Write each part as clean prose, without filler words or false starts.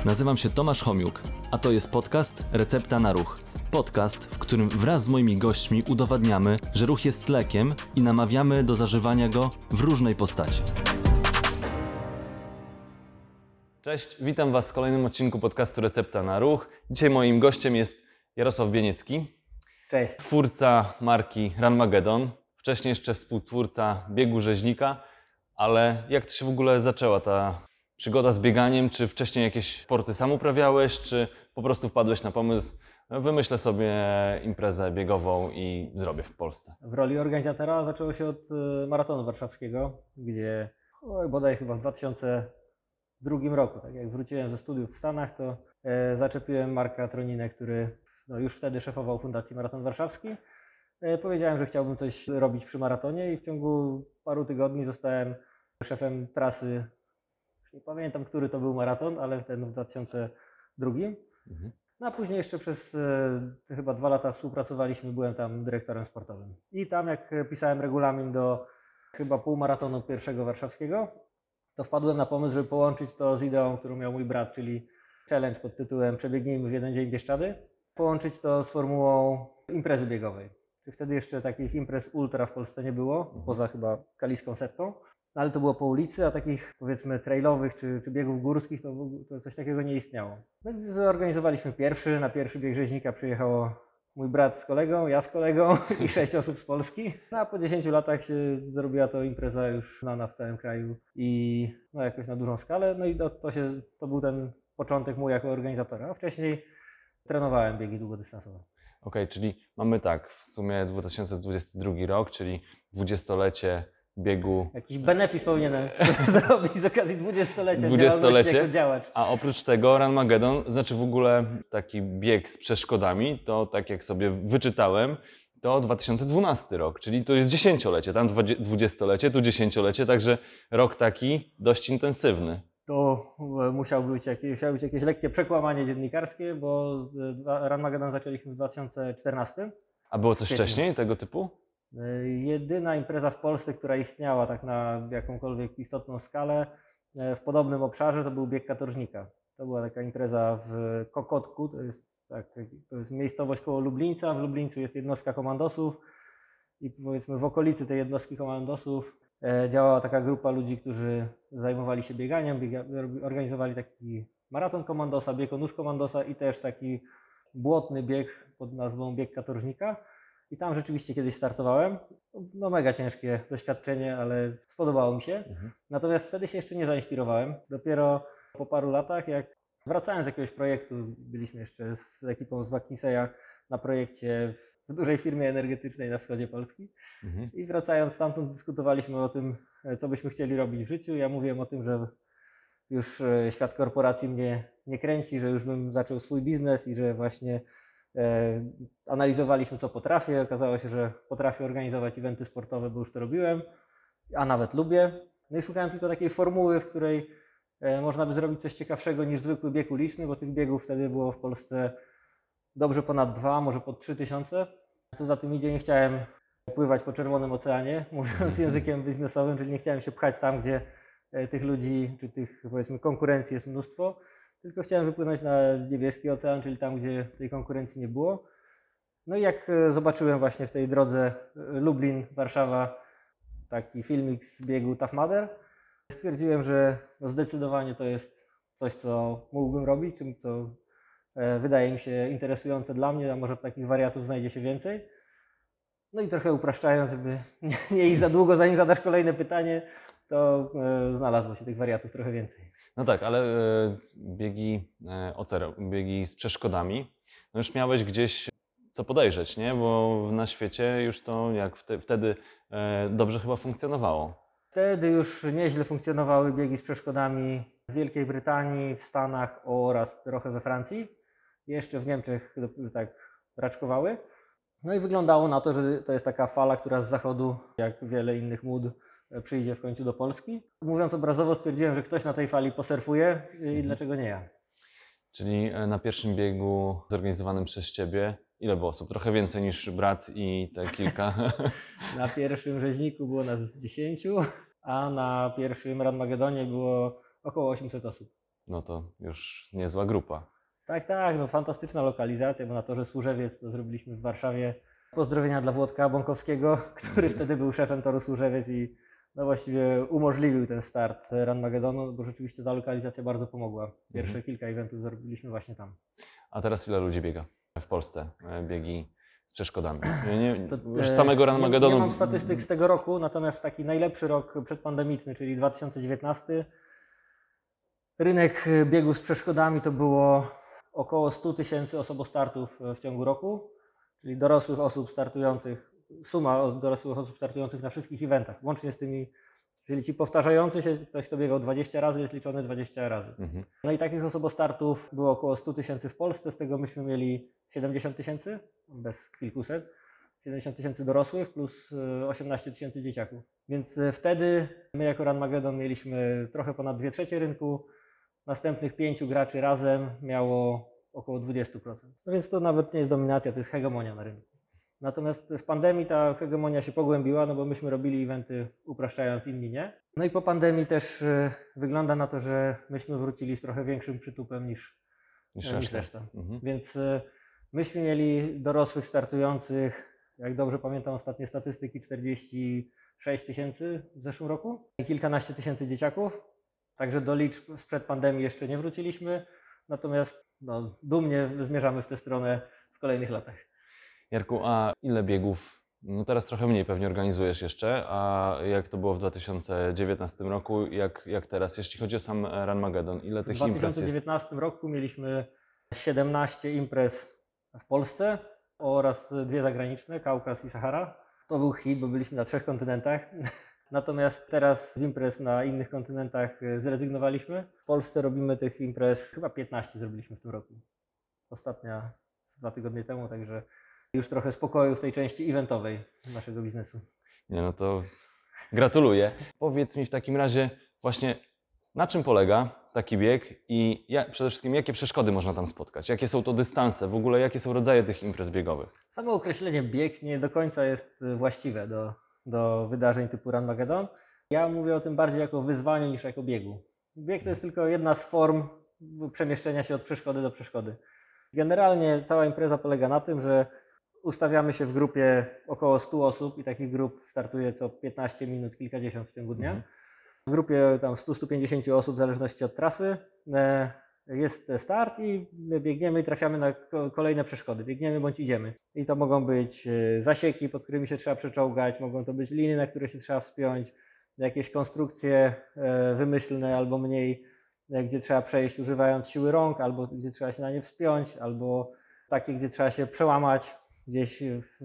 Nazywam się Tomasz Homiuk, a to jest podcast Recepta na Ruch. Podcast, w którym wraz z moimi gośćmi udowadniamy, że ruch jest lekiem i namawiamy do zażywania go w różnej postaci. Cześć, witam Was w kolejnym odcinku podcastu Recepta na Ruch. Dzisiaj moim gościem jest Jarosław Bieniecki. Cześć. Twórca marki Runmagedon, wcześniej jeszcze współtwórca biegu rzeźnika, ale jak to się w ogóle zaczęła ta przygoda z bieganiem? Czy wcześniej jakieś sporty sam uprawiałeś, czy po prostu wpadłeś na pomysł, wymyślę sobie imprezę biegową i zrobię w Polsce? W roli organizatora zaczęło się od maratonu warszawskiego, gdzie bodaj chyba w 2002 roku, tak jak wróciłem ze studiów w Stanach, to zaczepiłem Marka Troninę, który już wtedy szefował Fundacji Maraton Warszawski. Powiedziałem, że chciałbym coś robić przy maratonie i w ciągu paru tygodni zostałem szefem trasy. Nie pamiętam, który to był maraton, ale ten w 2002. No a później jeszcze przez chyba 2 lata współpracowaliśmy, byłem tam dyrektorem sportowym. I tam jak pisałem regulamin do chyba półmaratonu pierwszego warszawskiego, to wpadłem na pomysł, żeby połączyć to z ideą, którą miał mój brat, czyli challenge pod tytułem Przebiegnijmy w jeden dzień Bieszczady. Połączyć to z formułą imprezy biegowej. Wtedy jeszcze takich imprez ultra w Polsce nie było, poza chyba Kaliską Setką. No, ale to było po ulicy, a takich powiedzmy trailowych czy biegów górskich to coś takiego nie istniało. No i zorganizowaliśmy na pierwszy bieg rzeźnika przyjechało mój brat z kolegą, ja z kolegą i 6 osób z Polski. No a po 10 latach się zrobiła to impreza już znana w całym kraju i jakoś na dużą skalę. No i to był ten początek mój jako organizatora. A wcześniej trenowałem biegi długodystansowe. Okej, czyli mamy tak, w sumie 2022 rok, czyli 20-lecie biegu. Jakiś benefis powinienem zrobić z okazji 20-lecia działalności jako działacz. A oprócz tego Runmagedon, znaczy w ogóle taki bieg z przeszkodami, to tak jak sobie wyczytałem, to 2012 rok, czyli to jest 10-lecie, tam 20-lecie, tu 10-lecie, także rok taki dość intensywny. To musiało być jakieś lekkie przekłamanie dziennikarskie, bo Runmagedon zaczęliśmy w 2014. A było coś wcześniej tego typu? Jedyna impreza w Polsce, która istniała tak na jakąkolwiek istotną skalę w podobnym obszarze, to był bieg katorżnika. To była taka impreza w Kokotku, to jest miejscowość koło Lublińca. W Lublińcu jest jednostka komandosów i powiedzmy w okolicy tej jednostki komandosów działała taka grupa ludzi, którzy zajmowali się bieganiem, organizowali taki maraton komandosa, bieg o nóż komandosa i też taki błotny bieg pod nazwą bieg katorżnika. I tam rzeczywiście kiedyś startowałem. No mega ciężkie doświadczenie, ale spodobało mi się. Natomiast wtedy się jeszcze nie zainspirowałem. Dopiero po paru latach, jak wracałem z jakiegoś projektu, byliśmy jeszcze z ekipą z McKinseya na projekcie w dużej firmie energetycznej na wschodzie Polski. I wracając stamtąd dyskutowaliśmy o tym, co byśmy chcieli robić w życiu. Ja mówiłem o tym, że już świat korporacji mnie nie kręci, że już bym zaczął swój biznes i że właśnie analizowaliśmy, co potrafię. Okazało się, że potrafię organizować eventy sportowe, bo już to robiłem, a nawet lubię. No i szukałem tylko takiej formuły, w której można by zrobić coś ciekawszego niż zwykły bieg uliczny, bo tych biegów wtedy było w Polsce dobrze ponad 2, może pod 3000. Co za tym idzie, nie chciałem pływać po czerwonym oceanie, mówiąc językiem biznesowym, czyli nie chciałem się pchać tam, gdzie tych ludzi, czy tych powiedzmy konkurencji jest mnóstwo, tylko chciałem wypłynąć na niebieski ocean, czyli tam, gdzie tej konkurencji nie było. No i jak zobaczyłem właśnie w tej drodze Lublin-Warszawa taki filmik z biegu Tough Mudder, stwierdziłem, że zdecydowanie to jest coś, co mógłbym robić, czym co wydaje mi się interesujące dla mnie, a może takich wariatów znajdzie się więcej. No i trochę upraszczając, żeby nie iść za długo, zanim zadasz kolejne pytanie, to znalazło się tych wariatów trochę więcej. No tak, ale biegi OCR, biegi z przeszkodami, no już miałeś gdzieś co podejrzeć, nie? Bo na świecie już to jak wtedy dobrze chyba funkcjonowało. Wtedy już nieźle funkcjonowały biegi z przeszkodami w Wielkiej Brytanii, w Stanach oraz trochę we Francji. Jeszcze w Niemczech tak raczkowały. No i wyglądało na to, że to jest taka fala, która z zachodu, jak wiele innych mód, przyjdzie w końcu do Polski. Mówiąc obrazowo, stwierdziłem, że ktoś na tej fali posurfuje i dlaczego nie ja. Czyli na pierwszym biegu zorganizowanym przez Ciebie ile było osób? Trochę więcej niż brat i te kilka? Na pierwszym rzeźniku było nas 10, a na pierwszym Runmagedonie było około 800 osób. No to już niezła grupa. Tak, tak, no fantastyczna lokalizacja, bo na torze Służewiec to zrobiliśmy w Warszawie. Pozdrowienia dla Włodka Bąkowskiego, który wtedy był szefem toru Służewiec i no właściwie umożliwił ten start Runmagedonu, bo rzeczywiście ta lokalizacja bardzo pomogła. Pierwsze kilka eventów zrobiliśmy właśnie tam. A teraz ile ludzi biega w Polsce biegi z przeszkodami? To, Już samego Runmagedonu... Nie mam statystyk z tego roku, natomiast taki najlepszy rok przedpandemiczny, czyli 2019, rynek biegu z przeszkodami to było około 100 000 osobostartów w ciągu roku, czyli dorosłych osób startujących, suma dorosłych osób startujących na wszystkich eventach, łącznie z tymi, czyli ci powtarzający się, ktoś kto biegał 20 razy, jest liczony 20 razy. No i takich osobostartów było około 100 000 w Polsce, z tego myśmy mieli 70 000, bez kilkuset, 70 000 dorosłych plus 18 000 dzieciaków. Więc wtedy my jako Runmagedon mieliśmy trochę ponad 2/3 rynku, następnych 5 graczy razem miało około 20%. No więc to nawet nie jest dominacja, to jest hegemonia na rynku. Natomiast w pandemii ta hegemonia się pogłębiła, no bo myśmy robili eventy upraszczając, inni nie. No i po pandemii też wygląda na to, że myśmy wrócili z trochę większym przytupem niż reszta. Więc myśmy mieli dorosłych startujących, jak dobrze pamiętam ostatnie statystyki, 46 000 w zeszłym roku i kilkanaście tysięcy dzieciaków. Także do liczb sprzed pandemii jeszcze nie wróciliśmy, natomiast no, dumnie zmierzamy w tę stronę w kolejnych latach. Jarku, a ile biegów, no teraz trochę mniej pewnie organizujesz jeszcze, a jak to było w 2019 roku, jak teraz, jeśli chodzi o sam Runmagedon, ile tych imprez jest? W 2019 roku mieliśmy 17 imprez w Polsce oraz 2 zagraniczne, Kaukaz i Sahara. To był hit, bo byliśmy na 3 kontynentach. Natomiast teraz z imprez na innych kontynentach zrezygnowaliśmy. W Polsce robimy tych imprez, chyba 15 zrobiliśmy w tym roku. Ostatnia z 2 tygodnie temu, także już trochę spokoju w tej części eventowej naszego biznesu. Nie, no to gratuluję. Powiedz mi w takim razie właśnie, na czym polega taki bieg i przede wszystkim jakie przeszkody można tam spotkać? Jakie są to dystanse? W ogóle jakie są rodzaje tych imprez biegowych? Samo określenie bieg nie do końca jest właściwe do wydarzeń typu Runmagedon. Ja mówię o tym bardziej jako wyzwaniu niż jako biegu. Bieg to jest tylko jedna z form przemieszczenia się od przeszkody do przeszkody. Generalnie cała impreza polega na tym, że ustawiamy się w grupie około 100 osób i takich grup startuje co 15 minut, kilkadziesiąt w ciągu dnia. W grupie tam 100-150 osób w zależności od trasy jest start i biegniemy i trafiamy na kolejne przeszkody. Biegniemy bądź idziemy. I to mogą być zasieki, pod którymi się trzeba przeczołgać, mogą to być liny, na które się trzeba wspiąć, jakieś konstrukcje wymyślne albo mniej, gdzie trzeba przejść używając siły rąk, albo gdzie trzeba się na nie wspiąć, albo takie, gdzie trzeba się przełamać, gdzieś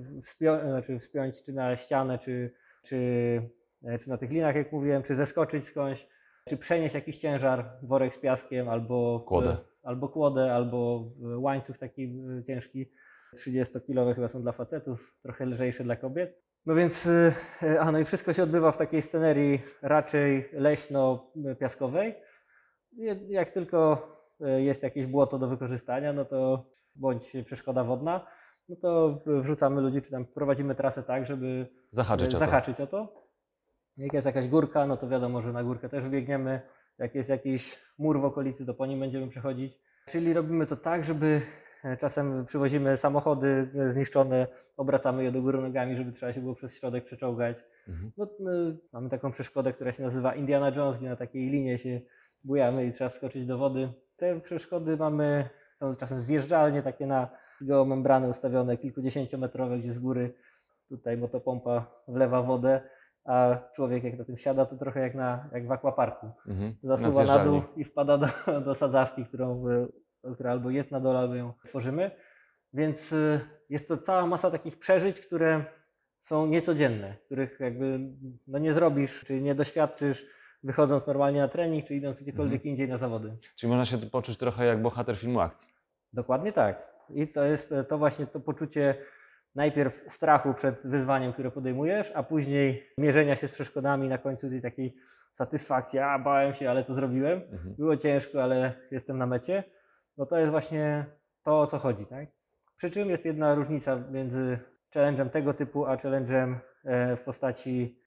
wspiąć czy na ścianę, czy na tych linach, jak mówiłem, czy zeskoczyć skądś, czy przenieść jakiś ciężar, worek z piaskiem, albo kłodę, albo łańcuch taki ciężki, 30-kilowe chyba są dla facetów, trochę lżejsze dla kobiet. No więc, no i wszystko się odbywa w takiej scenerii raczej leśno-piaskowej. Jak tylko jest jakieś błoto do wykorzystania, no to bądź przeszkoda wodna, no to wrzucamy ludzi, czy tam prowadzimy trasę tak, żeby zahaczyć o to. Jak jest jakaś górka, no to wiadomo, że na górkę też biegniemy. Jak jest jakiś mur w okolicy, to po nim będziemy przechodzić. Czyli robimy to tak, żeby czasem przywozimy samochody zniszczone, obracamy je do góry nogami, żeby trzeba się było przez środek przeczołgać. No, mamy taką przeszkodę, która się nazywa Indiana Jones, gdzie na takiej linie się bujamy i trzeba wskoczyć do wody. Te przeszkody są czasem zjeżdżalnie, takie na geomembrany ustawione, kilkudziesięciometrowe, gdzie z góry tutaj motopompa wlewa wodę, a człowiek jak na tym siada, to trochę jak w aquaparku. Zasuwa na dół i wpada do sadzawki, która albo jest na dole, albo ją tworzymy. Więc jest to cała masa takich przeżyć, które są niecodzienne, których jakby nie zrobisz, czy nie doświadczysz, wychodząc normalnie na trening, czy idąc gdziekolwiek indziej na zawody. Czyli można się poczuć trochę jak bohater filmu akcji. Dokładnie tak. I to jest to właśnie to poczucie najpierw strachu przed wyzwaniem, które podejmujesz, a później mierzenia się z przeszkodami, na końcu tej takiej satysfakcji, bałem się, ale to zrobiłem. Było ciężko, ale jestem na mecie. No to jest właśnie to, o co chodzi, tak? Przy czym jest jedna różnica między challenge'em tego typu, a challenge'em w postaci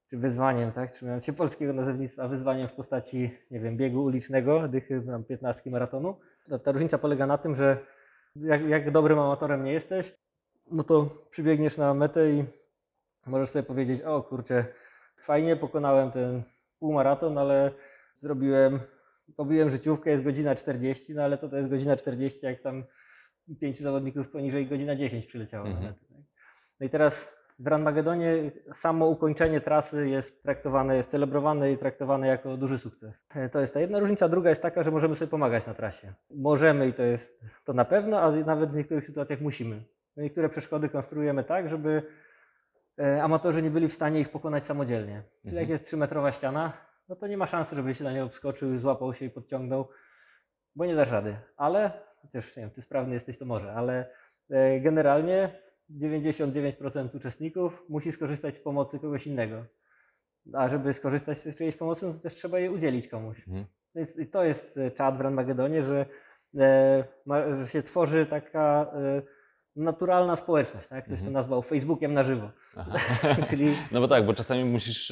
czy wyzwaniem, tak, trzymając się polskiego nazewnictwa, wyzwaniem w postaci, nie wiem, biegu ulicznego, dychy tam 15 maratonu. Ta różnica polega na tym, że jak dobrym amatorem nie jesteś, no to przybiegniesz na metę i możesz sobie powiedzieć, o kurczę, fajnie, pokonałem ten półmaraton, ale pobiłem życiówkę, jest godzina 40, no ale co to jest godzina 40, jak tam 5 zawodników poniżej godzina 10 przyleciało na metę. Tak? No i teraz w Ranmagedonie samo ukończenie trasy jest celebrowane i traktowane jako duży sukces. To jest ta jedna różnica. Druga jest taka, że możemy sobie pomagać na trasie. Możemy i to na pewno, a nawet w niektórych sytuacjach musimy. Niektóre przeszkody konstruujemy tak, żeby amatorzy nie byli w stanie ich pokonać samodzielnie. Czyli jak jest 3-metrowa ściana, no to nie ma szansy, żeby się na nią wskoczył, złapał się i podciągnął, bo nie dasz rady. Ale, chociaż nie wiem, ty sprawny jesteś, to może, ale generalnie 99% uczestników musi skorzystać z pomocy kogoś innego. A żeby skorzystać z czyjejś pomocy, no to też trzeba jej udzielić komuś. Więc to jest czad w Ranmagedonie, że się tworzy taka naturalna społeczność. Tak? Ktoś to nazwał Facebookiem na żywo. Czyli... No bo tak, bo czasami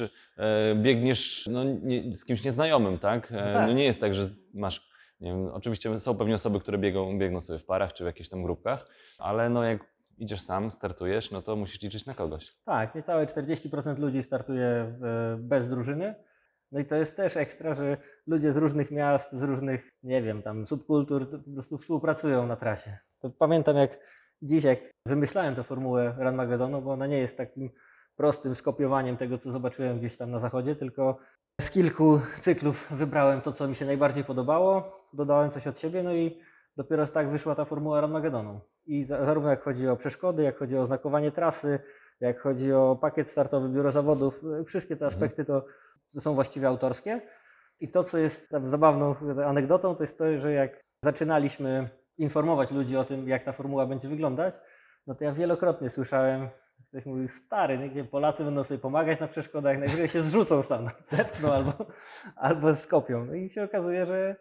biegniesz z kimś nieznajomym, tak? No tak. No nie jest tak, że masz, nie wiem, oczywiście są pewnie osoby, które biegną sobie w parach czy w jakichś tam grupkach, ale no jak idziesz sam, startujesz, no to musisz liczyć na kogoś. Tak, niecałe 40% ludzi startuje bez drużyny. No i to jest też ekstra, że ludzie z różnych miast, z różnych, nie wiem, tam subkultur po prostu współpracują na trasie. To pamiętam jak wymyślałem tę formułę Ranmagedonu, bo ona nie jest takim prostym skopiowaniem tego, co zobaczyłem gdzieś tam na zachodzie, tylko z kilku cyklów wybrałem to, co mi się najbardziej podobało, dodałem coś od siebie, no i dopiero tak wyszła ta formuła Ranmagedonu. I zarówno jak chodzi o przeszkody, jak chodzi o oznakowanie trasy, jak chodzi o pakiet startowy, biuro zawodów, wszystkie te aspekty to są właściwie autorskie. I to, co jest tam zabawną anegdotą, to jest to, że jak zaczynaliśmy informować ludzi o tym, jak ta formuła będzie wyglądać, no to ja wielokrotnie słyszałem, ktoś mówił, stary, nie, Polacy będą sobie pomagać na przeszkodach, najwyżej się zrzucą sam, zepną albo skopią. No i się okazuje, że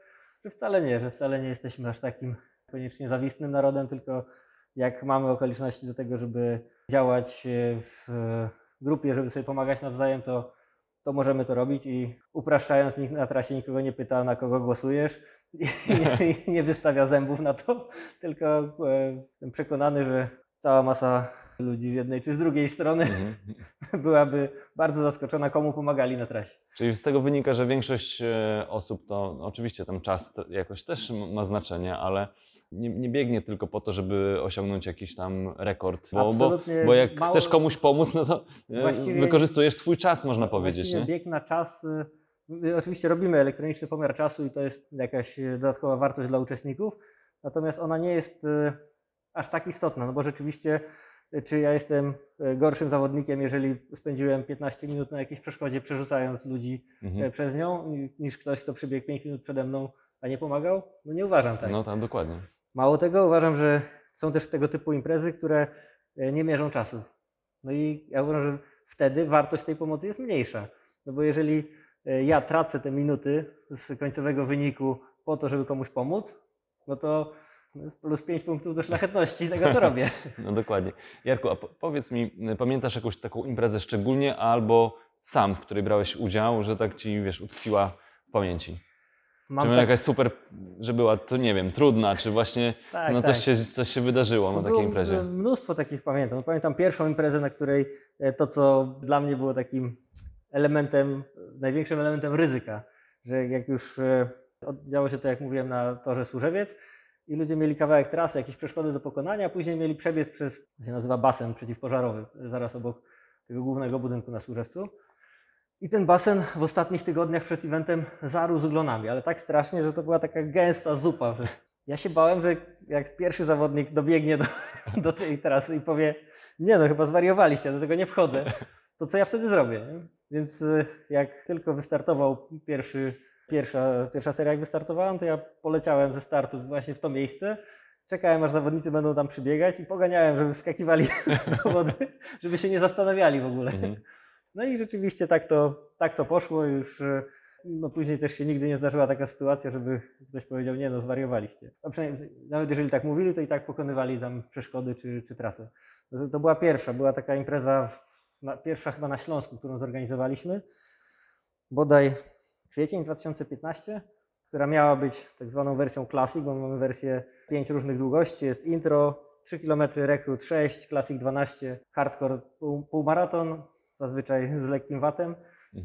wcale nie jesteśmy aż takim koniecznie zawistnym narodem, tylko jak mamy okoliczności do tego, żeby działać w grupie, żeby sobie pomagać nawzajem, to możemy to robić i upraszczając, nikt na trasie nikogo nie pyta, na kogo głosujesz i nie wystawia zębów na to, tylko jestem przekonany, że cała masa ludzi z jednej czy z drugiej strony byłaby bardzo zaskoczona, komu pomagali na trasie. Czyli z tego wynika, że większość osób to oczywiście tam czas jakoś też ma znaczenie, ale nie biegnie tylko po to, żeby osiągnąć jakiś tam rekord. Bo jak chcesz komuś pomóc, no to wykorzystujesz swój czas, można powiedzieć. Właściwie nie? bieg na czas, oczywiście robimy elektroniczny pomiar czasu i to jest jakaś dodatkowa wartość dla uczestników, natomiast ona nie jest aż tak istotna, no bo rzeczywiście czy ja jestem gorszym zawodnikiem, jeżeli spędziłem 15 minut na jakiejś przeszkodzie, przerzucając ludzi przez nią, niż ktoś, kto przebiegł 5 minut przede mną, a nie pomagał? No nie uważam tak. No tak, dokładnie. Mało tego, uważam, że są też tego typu imprezy, które nie mierzą czasu. No i ja uważam, że wtedy wartość tej pomocy jest mniejsza. No bo jeżeli ja tracę te minuty z końcowego wyniku po to, żeby komuś pomóc, no to jest plus 5 punktów do szlachetności z tego, co robię. No dokładnie. Jarku, a powiedz mi, pamiętasz jakąś taką imprezę szczególnie, albo sam, w której brałeś udział, że tak ci, utkwiła w pamięci? Czy jakaś super, że była, to nie wiem, trudna, czy właśnie coś się wydarzyło na takiej imprezie? Mnóstwo takich pamiętam. No, pamiętam pierwszą imprezę, na której to, co dla mnie było takim największym elementem ryzyka, że jak już działo się to, jak mówiłem, na torze Służewiec i ludzie mieli kawałek trasy, jakieś przeszkody do pokonania, a później mieli przebiec przez, to się nazywa basen przeciwpożarowy, zaraz obok tego głównego budynku na Służewcu. I ten basen w ostatnich tygodniach przed eventem zarósł glonami, ale tak strasznie, że to była taka gęsta zupa. Ja się bałem, że jak pierwszy zawodnik dobiegnie do tej trasy i powie, nie no, chyba zwariowaliście, do tego nie wchodzę, to co ja wtedy zrobię? Nie? Więc jak tylko wystartował pierwsza seria, jak wystartowałem, to ja poleciałem ze startu właśnie w to miejsce, czekałem, aż zawodnicy będą tam przybiegać i poganiałem, żeby wskakiwali do wody, żeby się nie zastanawiali w ogóle. No i rzeczywiście tak to poszło. Już no później też się nigdy nie zdarzyła taka sytuacja, żeby ktoś powiedział, nie no, zwariowaliście. A przynajmniej nawet jeżeli tak mówili, to i tak pokonywali tam przeszkody czy trasy. To była pierwsza, była taka impreza pierwsza chyba na Śląsku, którą zorganizowaliśmy, bodaj kwiecień 2015, która miała być tak zwaną wersją Classic, bo mamy wersję 5 różnych długości. Jest intro, 3 km, rekrut 6, Classic 12, hardcore półmaraton, zazwyczaj z lekkim watem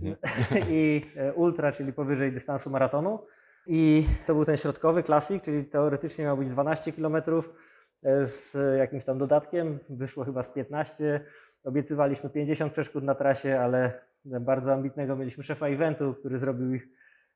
i ultra, czyli powyżej dystansu maratonu. I to był ten środkowy Classic, czyli teoretycznie miał być 12 km z jakimś tam dodatkiem. Wyszło chyba z 15. Obiecywaliśmy 50 przeszkód na trasie, ale bardzo ambitnego mieliśmy szefa eventu, który zrobił ich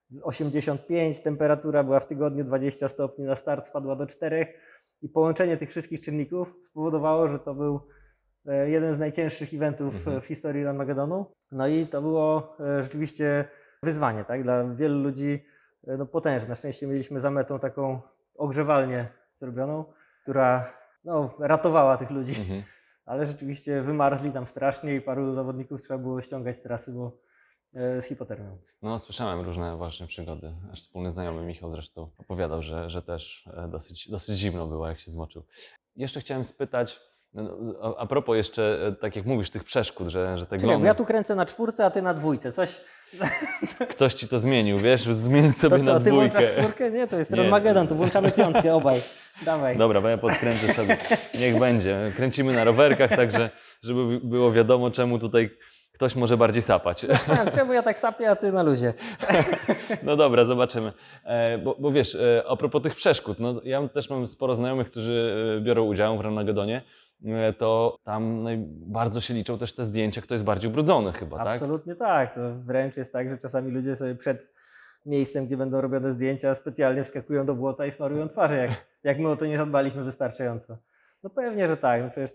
85. Temperatura była w tygodniu 20 stopni, na start spadła do 4. I połączenie tych wszystkich czynników spowodowało, że to był jeden z najcięższych eventów w historii Runmagedonu. No i to było rzeczywiście wyzwanie, tak? Dla wielu ludzi no, potężne. Na szczęście mieliśmy za metą taką ogrzewalnię zrobioną, która no, ratowała tych ludzi. Ale rzeczywiście wymarzli tam strasznie i paru zawodników trzeba było ściągać z trasy, bo z hipotermią. No, słyszałem różne właśnie przygody. Aż wspólny znajomy Michał zresztą opowiadał, że też dosyć zimno było, jak się zmoczył. Jeszcze chciałem spytać, a propos jeszcze, tak jak mówisz, tych przeszkód, że te Czekaj, glony... bo ja tu kręcę na 4, a ty na 2. Coś... Ktoś ci to zmienił, wiesz? Zmień sobie To na ty 2. włączasz 4? Nie, to jest Nie. Runmagedon, tu włączamy 5 obaj. Dawaj. Dobra, bo ja podkręcę sobie. Niech będzie. Kręcimy na rowerkach, także żeby było wiadomo, czemu tutaj ktoś może bardziej sapać. Czemu ja tak sapię, a ty na luzie? No dobra, zobaczymy. Bo wiesz, a propos tych przeszkód, no ja też mam sporo znajomych, którzy biorą udział w Runmageddonie, to tam bardzo się liczą też te zdjęcia, kto jest bardziej ubrudzony chyba, tak? Absolutnie tak. To wręcz jest tak, że czasami ludzie sobie przed miejscem, gdzie będą robione zdjęcia, specjalnie wskakują do błota i smarują twarze, jak my o to nie zadbaliśmy wystarczająco. No pewnie, że tak. No przecież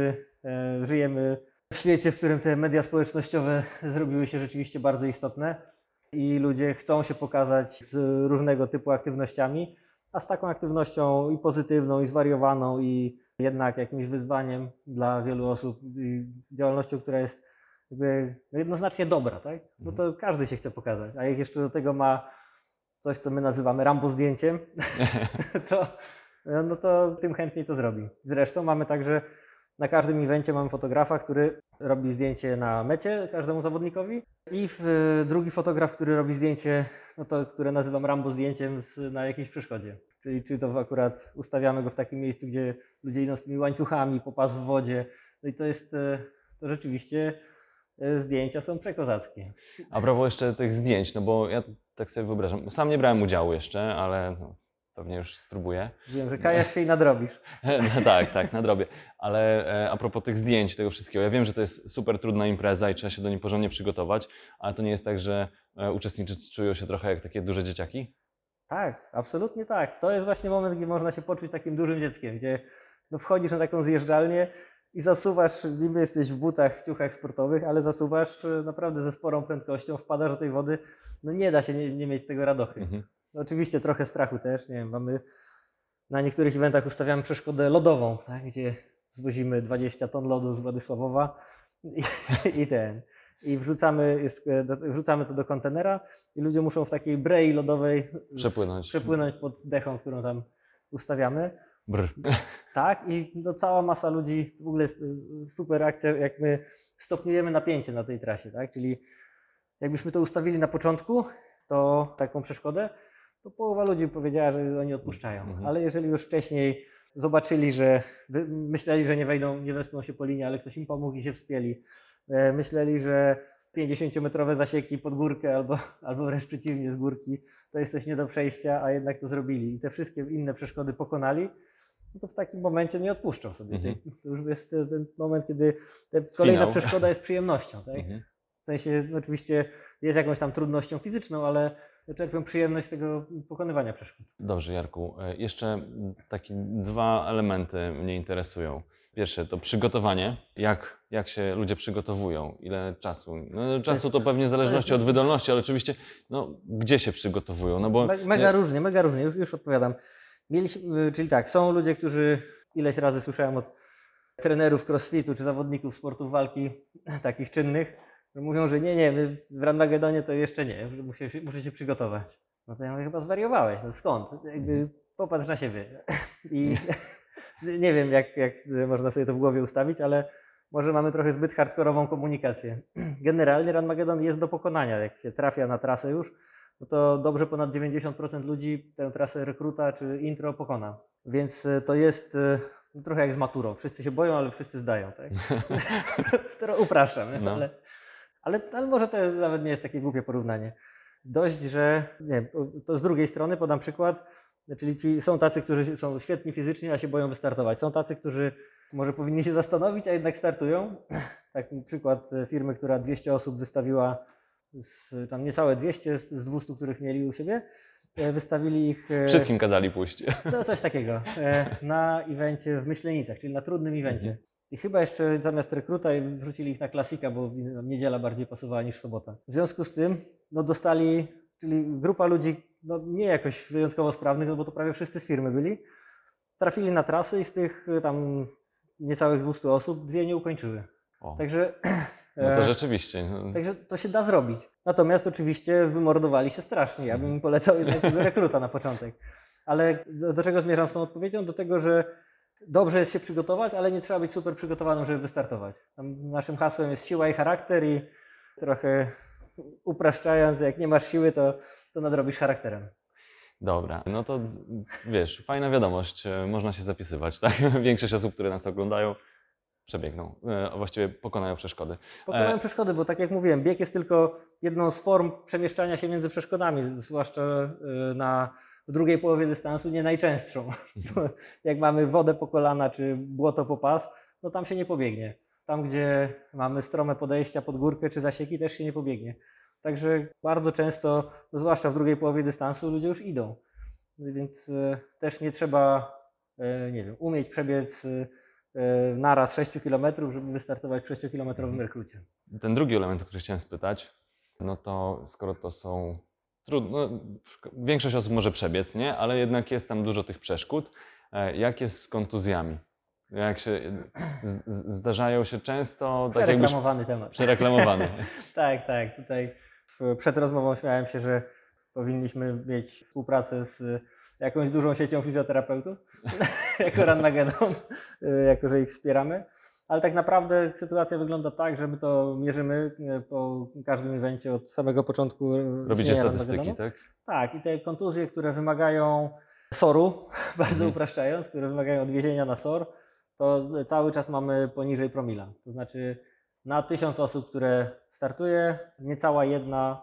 żyjemy w świecie, w którym te media społecznościowe zrobiły się rzeczywiście bardzo istotne i ludzie chcą się pokazać z różnego typu aktywnościami, a z taką aktywnością i pozytywną, i zwariowaną, i jednak jakimś wyzwaniem dla wielu osób, i działalnością, która jest jakby jednoznacznie dobra, tak? No to każdy się chce pokazać, a jak jeszcze do tego ma coś, co my nazywamy Rambo zdjęciem, no to tym chętniej to zrobi. Zresztą mamy także na każdym evencie mamy fotografa, który robi zdjęcie na mecie każdemu zawodnikowi i drugi fotograf, który robi zdjęcie, no to, które nazywam Rambo zdjęciem na jakiejś przeszkodzie. Czyli czy to akurat ustawiamy go w takim miejscu, gdzie ludzie idą z tymi łańcuchami, po pas w wodzie. No i to rzeczywiście zdjęcia są przekozackie. A propos jeszcze tych zdjęć, no bo ja tak sobie wyobrażam, sam nie brałem udziału jeszcze, ale no, pewnie już spróbuję. Wiem, że kajasz się i nadrobisz. Tak, nadrobię. Ale a propos tych zdjęć, tego wszystkiego, ja wiem, że to jest super trudna impreza i trzeba się do niej porządnie przygotować, ale to nie jest tak, że uczestnicy czują się trochę jak takie duże dzieciaki? Tak, absolutnie tak. To jest właśnie moment, gdzie można się poczuć takim dużym dzieckiem, gdzie no wchodzisz na taką zjeżdżalnię i zasuwasz, niby jesteś w butach, w ciuchach sportowych, ale zasuwasz naprawdę ze sporą prędkością, wpadasz do tej wody, no nie da się nie mieć z tego radochy. No oczywiście trochę strachu też, nie wiem, na niektórych eventach ustawiamy przeszkodę lodową, tak, gdzie zwozimy 20 ton lodu z Władysławowa i wrzucamy to do kontenera i ludzie muszą w takiej brei lodowej przepłynąć pod dechą, którą tam ustawiamy. Brr. Tak, i no, cała masa ludzi, w ogóle jest super akcja, jak my stopniujemy napięcie na tej trasie, tak? Czyli jakbyśmy to ustawili na początku, to taką przeszkodę, to połowa ludzi powiedziała, że oni odpuszczają. Ale jeżeli już wcześniej zobaczyli, że myśleli, że nie wespną się po linii, ale ktoś im pomógł i się wspięli, myśleli, że 50-metrowe zasieki pod górkę albo wręcz przeciwnie z górki to jest coś nie do przejścia, a jednak to zrobili i te wszystkie inne przeszkody pokonali, no to w takim momencie nie odpuszczą sobie. To już jest ten moment, kiedy kolejna przeszkoda jest przyjemnością. Tak? W sensie no, oczywiście jest jakąś tam trudnością fizyczną, ale czerpią przyjemność z tego pokonywania przeszkód. Dobrze, Jarku. Jeszcze takie 2 elementy mnie interesują. Pierwsze to przygotowanie. Jak się ludzie przygotowują? Ile czasu? No, czasu to pewnie w zależności od wydolności, ale oczywiście no, gdzie się przygotowują? No bo mega różnie. Już odpowiadam. Czyli tak, są ludzie, którzy ileś razy słyszałem od trenerów crossfitu czy zawodników sportów walki takich czynnych, że mówią, że nie, my w Runmageddonie to jeszcze nie, że muszę się przygotować. No to ja mówię, chyba zwariowałeś, no skąd? Jakby popatrz na siebie. I nie wiem, jak można sobie to w głowie ustawić, ale może mamy trochę zbyt hardkorową komunikację. Generalnie Ranmagedon jest do pokonania. Jak się trafia na trasę już, no to dobrze ponad 90% ludzi tę trasę rekruta czy intro pokona. Więc to jest trochę jak z maturą. Wszyscy się boją, ale wszyscy zdają. Tak? To upraszczam, No. ale może to nawet nie jest takie głupie porównanie. Dość, że nie, to z drugiej strony podam przykład, czyli są tacy, którzy są świetni fizycznie, a się boją wystartować. Są tacy, którzy może powinni się zastanowić, a jednak startują. Tak przykład firmy, która 200 osób wystawiła, tam niecałe 200 z 200, których mieli u siebie, wystawili ich... Wszystkim kazali pójść. No coś takiego, na evencie w Myślenicach, czyli na trudnym evencie. I chyba jeszcze zamiast rekruta wrzucili ich na klasika, bo niedziela bardziej pasowała niż sobota. W związku z tym no dostali, czyli grupa ludzi no nie jakoś wyjątkowo sprawnych, no bo to prawie wszyscy z firmy byli, trafili na trasy i z tych tam niecałych 200 osób 2 nie ukończyły. O, Także, no to rzeczywiście. także to się da zrobić. Natomiast oczywiście wymordowali się strasznie. Ja bym polecał jednak tego rekruta na początek. Ale do czego zmierzam z tą odpowiedzią? Do tego, że dobrze jest się przygotować, ale nie trzeba być super przygotowanym, żeby wystartować. Tam naszym hasłem jest siła i charakter i trochę upraszczając, jak nie masz siły, to nadrobisz charakterem. Dobra, no to wiesz, fajna wiadomość, można się zapisywać, tak? Większość osób, które nas oglądają, przebiegną, a właściwie pokonają przeszkody. Pokonają przeszkody, bo tak jak mówiłem, bieg jest tylko jedną z form przemieszczania się między przeszkodami, zwłaszcza w drugiej połowie dystansu, nie najczęstszą. Jak mamy wodę po kolana czy błoto po pas, no tam się nie pobiegnie. Tam, gdzie mamy strome podejścia pod górkę czy zasieki, też się nie pobiegnie. Także bardzo często, no zwłaszcza w drugiej połowie dystansu, ludzie już idą. Więc też nie trzeba, nie wiem, umieć przebiec naraz 6 km, żeby wystartować w 6-kilometrowym rekrucie. Ten drugi element, o który chciałem spytać, no to skoro to są trudno, większość osób może przebiec, nie? Ale jednak jest tam dużo tych przeszkód. Jak jest z kontuzjami? Jak się zdarzają się często, tak jakbyś Przereklamowany temat. przereklamowany. Tak. Tutaj przed rozmową śmiałem się, że powinniśmy mieć współpracę z jakąś dużą siecią fizjoterapeutów, jako Ranmagedon, jako że ich wspieramy. Ale tak naprawdę sytuacja wygląda tak, że my to mierzymy po każdym evencie od samego początku. Robicie istnienia statystyki, Ranmagedonu. tak? Tak, i te kontuzje, które wymagają SOR-u, bardzo Mhm. upraszczając, które wymagają odwiezienia na SOR, to cały czas mamy poniżej promila. To znaczy na 1000 osób, które startuje, niecała jedna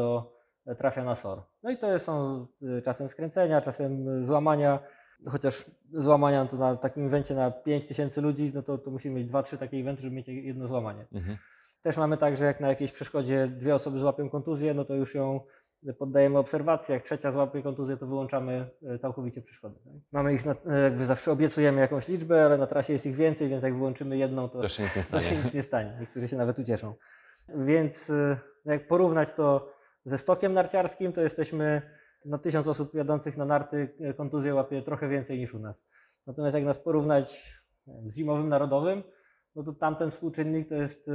trafia na SOR. No i to są czasem skręcenia, czasem złamania, chociaż złamania to na takim evencie na 5000 ludzi, no to musimy mieć 2-3 takie eventy, żeby mieć jedno złamanie. Mhm. Też mamy tak, że jak na jakiejś przeszkodzie 2 osoby złapią kontuzję, no to już ją poddajemy obserwacji. Jak trzecia złapie kontuzję, to wyłączamy całkowicie przeszkody. Tak? Mamy ich, jakby zawsze obiecujemy jakąś liczbę, ale na trasie jest ich więcej, więc jak wyłączymy jedną, to się nic nie to stanie. się nic nie stanie. Niektórzy się nawet ucieszą. Więc jak porównać to ze stokiem narciarskim, to jesteśmy na 1000 osób jadących na narty, kontuzję łapie trochę więcej niż u nas. Natomiast jak nas porównać z zimowym narodowym, no to tamten współczynnik to jest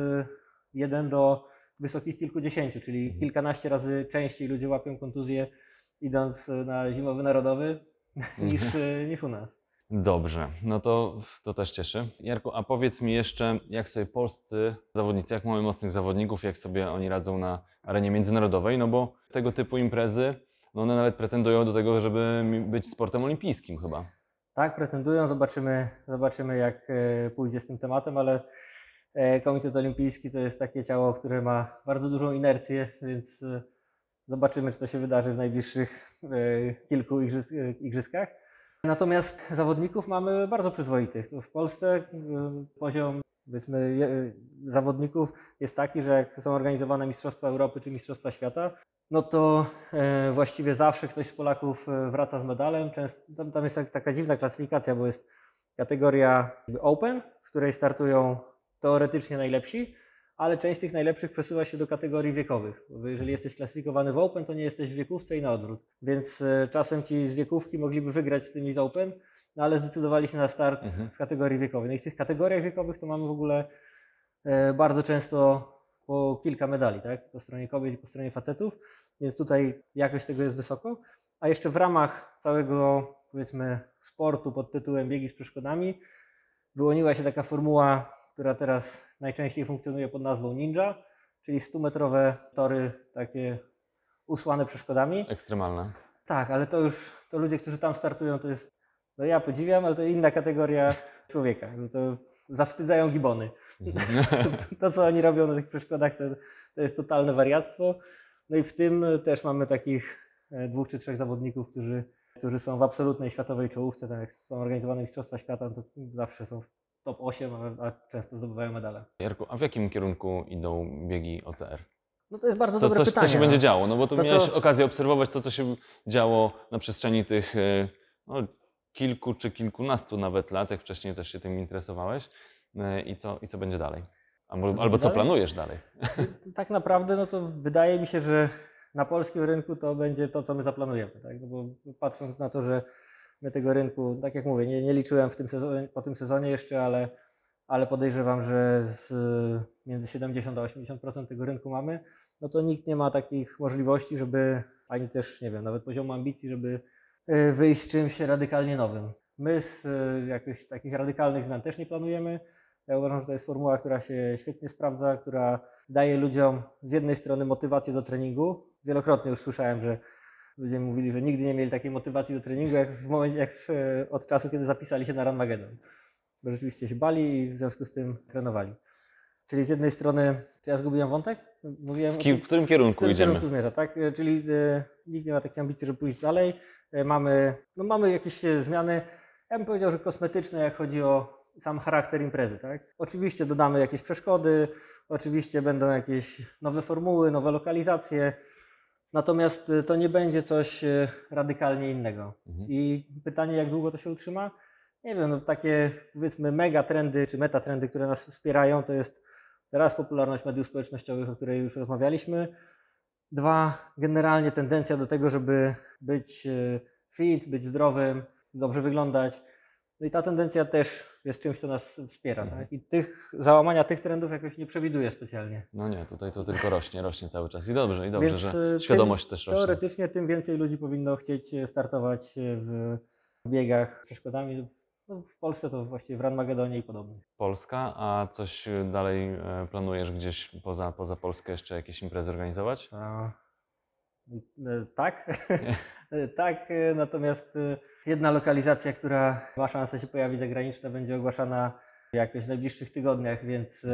1 do wysokich kilkudziesięciu, czyli kilkanaście razy częściej ludzie łapią kontuzję idąc na zimowy narodowy niż u nas. Dobrze, no to też cieszy. Jarku, a powiedz mi jeszcze, jak sobie polscy zawodnicy, jak mamy mocnych zawodników, jak sobie oni radzą na arenie międzynarodowej, no bo tego typu imprezy, no one nawet pretendują do tego, żeby być sportem olimpijskim chyba. Tak, pretendują, zobaczymy jak pójdzie z tym tematem, ale Komitet Olimpijski to jest takie ciało, które ma bardzo dużą inercję, więc zobaczymy, czy to się wydarzy w najbliższych kilku igrzyskach. Natomiast zawodników mamy bardzo przyzwoitych. W Polsce poziom, powiedzmy, zawodników jest taki, że jak są organizowane Mistrzostwa Europy czy Mistrzostwa Świata, no to właściwie zawsze ktoś z Polaków wraca z medalem. Tam jest taka dziwna klasyfikacja, bo jest kategoria Open, w której startują teoretycznie najlepsi, ale część z tych najlepszych przesuwa się do kategorii wiekowych. Bo jeżeli jesteś klasyfikowany w Open, to nie jesteś w wiekówce i na odwrót. Więc czasem ci z wiekówki mogliby wygrać z tymi z Open, no ale zdecydowali się na start w kategorii wiekowej. No i w tych kategoriach wiekowych to mamy w ogóle bardzo często po kilka medali, tak? Po stronie kobiet i po stronie facetów, więc tutaj jakość tego jest wysoko. A jeszcze w ramach całego, powiedzmy, sportu pod tytułem biegi z przeszkodami wyłoniła się taka formuła która teraz najczęściej funkcjonuje pod nazwą Ninja, czyli 100-metrowe tory takie usłane przeszkodami. Ekstremalne. Tak, ale to ludzie, którzy tam startują, to jest, no ja podziwiam, ale to inna kategoria człowieka. To zawstydzają gibony. To, co oni robią na tych przeszkodach, to jest totalne wariactwo. No i w tym też mamy takich 2 czy 3 zawodników, którzy są w absolutnej światowej czołówce. Tak jak są organizowane Mistrzostwa Świata, to zawsze są w top 8, a często zdobywają medale. Jarku, a w jakim kierunku idą biegi OCR? No to jest bardzo dobre pytanie. Co się będzie działo? No bo to To, miałeś co- okazję obserwować to, co się działo na przestrzeni tych no, kilku czy kilkunastu nawet lat, jak wcześniej też się tym interesowałeś. I co będzie dalej? Albo będzie co dalej? planujesz dalej? Tak naprawdę, no to wydaje mi się, że na polskim rynku to będzie to, co my zaplanujemy. Tak? No bo patrząc na to, że my tego rynku, tak jak mówię, nie liczyłem po tym sezonie jeszcze, ale podejrzewam, że między 70 a 80% tego rynku mamy, no to nikt nie ma takich możliwości, żeby, ani też, nie wiem, nawet poziomu ambicji, żeby wyjść z czymś radykalnie nowym. My z jakichś takich radykalnych zmian też nie planujemy. Ja uważam, że to jest formuła, która się świetnie sprawdza, która daje ludziom z jednej strony motywację do treningu. Wielokrotnie już słyszałem, że ludzie mówili, że nigdy nie mieli takiej motywacji do treningu, od czasu, kiedy zapisali się na Runmagedon. Bo rzeczywiście się bali i w związku z tym trenowali. Czyli z jednej strony, czy ja zgubiłem wątek? Mówiłem W którym kierunku w którym idziemy? kierunku zmierza, tak? Czyli nikt nie ma takiej ambicji, żeby pójść dalej. Mamy jakieś zmiany, ja bym powiedział, że kosmetyczne, jak chodzi o sam charakter imprezy, tak? Oczywiście dodamy jakieś przeszkody, oczywiście będą jakieś nowe formuły, nowe lokalizacje, natomiast to nie będzie coś radykalnie innego. Mhm. I pytanie, jak długo to się utrzyma? Nie wiem, no takie powiedzmy mega trendy czy metatrendy, które nas wspierają, to jest raz popularność mediów społecznościowych, o której już rozmawialiśmy. 2, generalnie tendencja do tego, żeby być fit, być zdrowym, dobrze wyglądać. No i ta tendencja też jest czymś, co nas wspiera. Tak? I załamania tych trendów jakoś nie przewiduję specjalnie. No nie, tutaj to tylko rośnie cały czas. I dobrze, Więc że świadomość też rośnie. teoretycznie tym więcej ludzi powinno chcieć startować w biegach z przeszkodami. No, w Polsce to właściwie w Runmagedonie i podobnie. Polska, a coś dalej planujesz gdzieś poza Polskę jeszcze jakieś imprezy organizować? Tak, tak, natomiast jedna lokalizacja, która ma szansę się pojawić zagraniczna, będzie ogłaszana jakoś w najbliższych tygodniach,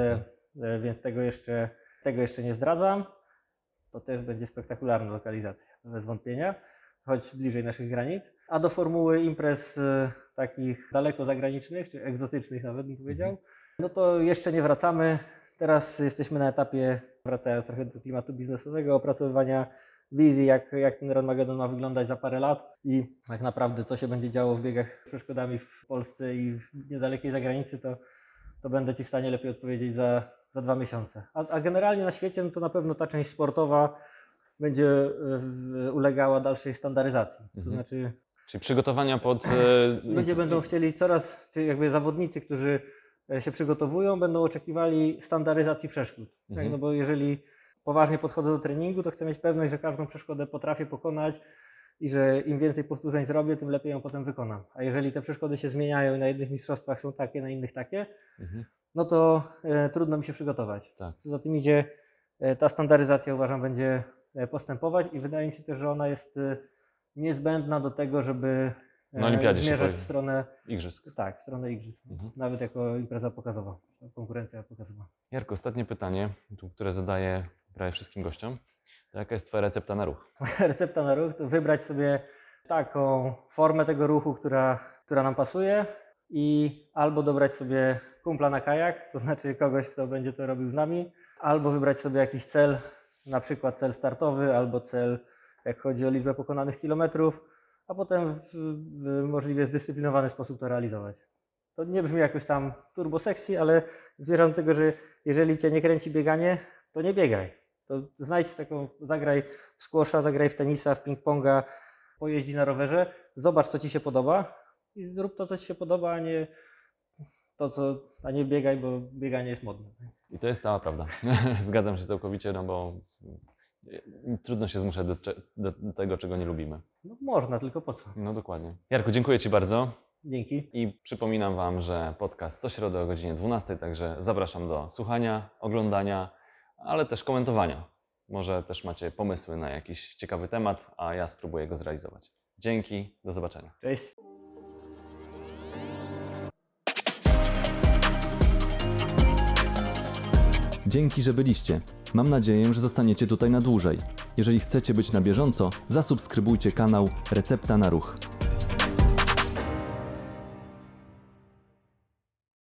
więc tego jeszcze nie zdradzam. To też będzie spektakularna lokalizacja, bez wątpienia, choć bliżej naszych granic. A do formuły imprez takich daleko zagranicznych, czy egzotycznych nawet bym powiedział, no to jeszcze nie wracamy. Teraz jesteśmy na etapie, wracając trochę do klimatu biznesowego, opracowywania wizji, jak ten Runmagedon ma wyglądać za parę lat i tak naprawdę co się będzie działo w biegach z przeszkodami w Polsce i w niedalekiej zagranicy, to będę Ci w stanie lepiej odpowiedzieć za 2 miesiące. A generalnie na świecie, no to na pewno ta część sportowa będzie ulegała dalszej standaryzacji. To znaczy Czyli przygotowania pod... ludzie będą chcieli czy jakby zawodnicy, którzy się przygotowują, będą oczekiwali standaryzacji przeszkód. Tak? No bo jeżeli poważnie podchodzę do treningu, to chcę mieć pewność, że każdą przeszkodę potrafię pokonać i że im więcej powtórzeń zrobię, tym lepiej ją potem wykonam. A jeżeli te przeszkody się zmieniają i na jednych mistrzostwach są takie, na innych takie, no to trudno mi się przygotować. Tak. Co za tym idzie, ta standaryzacja uważam będzie postępować i wydaje mi się też, że ona jest niezbędna do tego, żeby Na olimpiadzie zmierzać w stronę igrzysk. Tak, w stronę igrzysk. Nawet jako impreza pokazowa, konkurencja pokazowa. Jarko, ostatnie pytanie, które zadaję prawie wszystkim gościom. To jaka jest Twoja recepta na ruch? Recepta na ruch to wybrać sobie taką formę tego ruchu, która nam pasuje i albo dobrać sobie kumpla na kajak, to znaczy kogoś, kto będzie to robił z nami, albo wybrać sobie jakiś cel, na przykład cel startowy, albo cel, jak chodzi o liczbę pokonanych kilometrów, a potem w możliwie zdyscyplinowany sposób to realizować. To nie brzmi jakoś tam turbo sexy, ale zmierzam do tego, że jeżeli Cię nie kręci bieganie, to nie biegaj. To znajdź zagraj w squasha, zagraj w tenisa, w ping-ponga, pojeździ na rowerze, zobacz, co Ci się podoba i zrób to, co Ci się podoba, a nie biegaj, bo bieganie jest modne. I to jest cała prawda. Zgadzam się całkowicie, no bo trudno się zmuszać do tego, czego nie lubimy. No można, tylko po co? No dokładnie. Jarku, dziękuję Ci bardzo. Dzięki. I przypominam Wam, że podcast co środę o godzinie 12, także zapraszam do słuchania, oglądania, ale też komentowania. Może też macie pomysły na jakiś ciekawy temat, a ja spróbuję go zrealizować. Dzięki, do zobaczenia. Cześć. Dzięki, że byliście. Mam nadzieję, że zostaniecie tutaj na dłużej. Jeżeli chcecie być na bieżąco, zasubskrybujcie kanał Recepta na Ruch.